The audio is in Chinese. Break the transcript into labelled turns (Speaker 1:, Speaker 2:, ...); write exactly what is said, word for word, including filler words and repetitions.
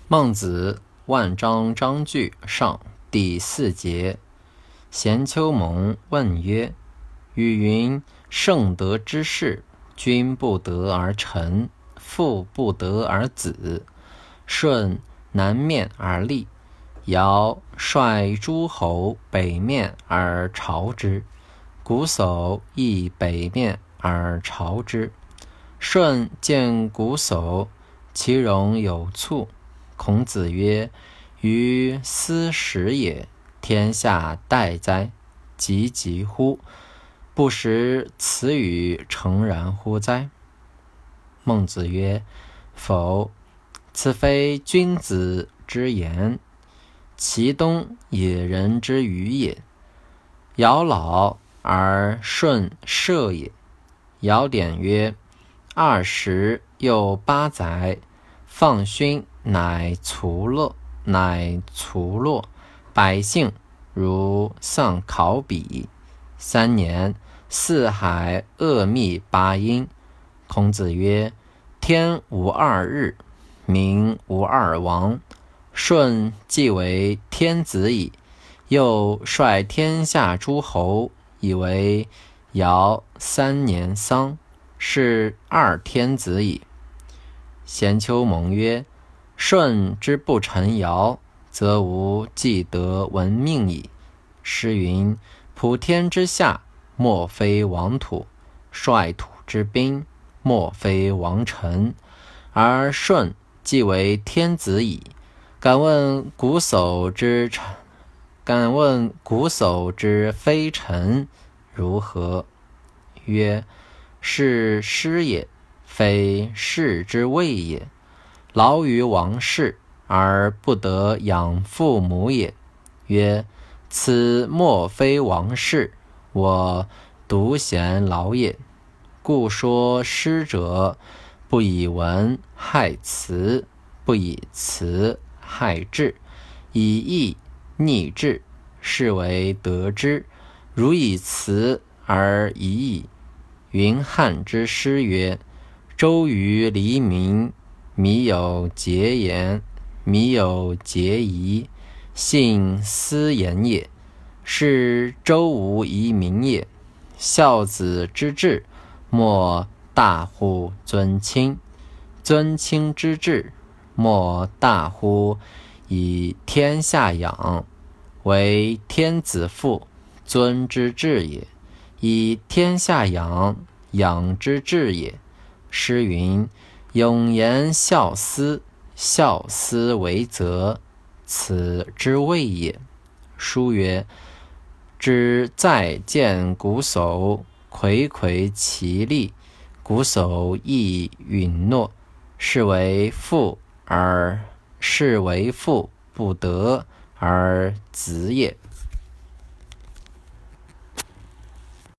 Speaker 1: 孟子万章章句上第四节。咸丘蒙问曰：语云，圣德之士，君不得而臣，父不得而子。舜南面而立，尧率诸侯北面而朝之，瞽叟亦北面而朝之。舜见瞽叟，其容有蹙。孔子曰：于斯时也，天下待哉！急急乎！不识此语诚然乎哉？孟子曰：否，此非君子之言，其东野人之语也。尧老而舜射也。尧典曰：二十又八载，放勋乃卒落，乃卒落，百姓如丧考妣。三年，四海恶密八阴。孔子曰：天无二日，民无二王。舜既为天子矣，又率天下诸侯，以为尧三年丧，是二天子矣。咸丘蒙曰：舜之不臣尧，则无既得闻命矣。诗云：普天之下，莫非王土；率土之滨，莫非王臣。而舜既为天子矣，敢问瞽叟之敢问瞽叟之非臣如何？曰：是师也，非士之谓也。劳于王室而不得养父母也。曰：此莫非王室，我独贤劳也。故说师者，不以文害辞，不以辞害智，以义逆智，是为得之。如以辞而已矣。云汉之师曰：周于黎民，靡有节言，靡有节仪，信斯言也。是周无遗民也。孝子之治，莫大乎尊亲；尊亲之治，莫大乎以天下养。为天子父，尊之治也；以天下养，养之治也。诗云：永言孝思，孝思为则，此之谓也。书曰：知再见瞽叟，睽睽其力，瞽叟亦允诺，是为父而是为父不得而子也。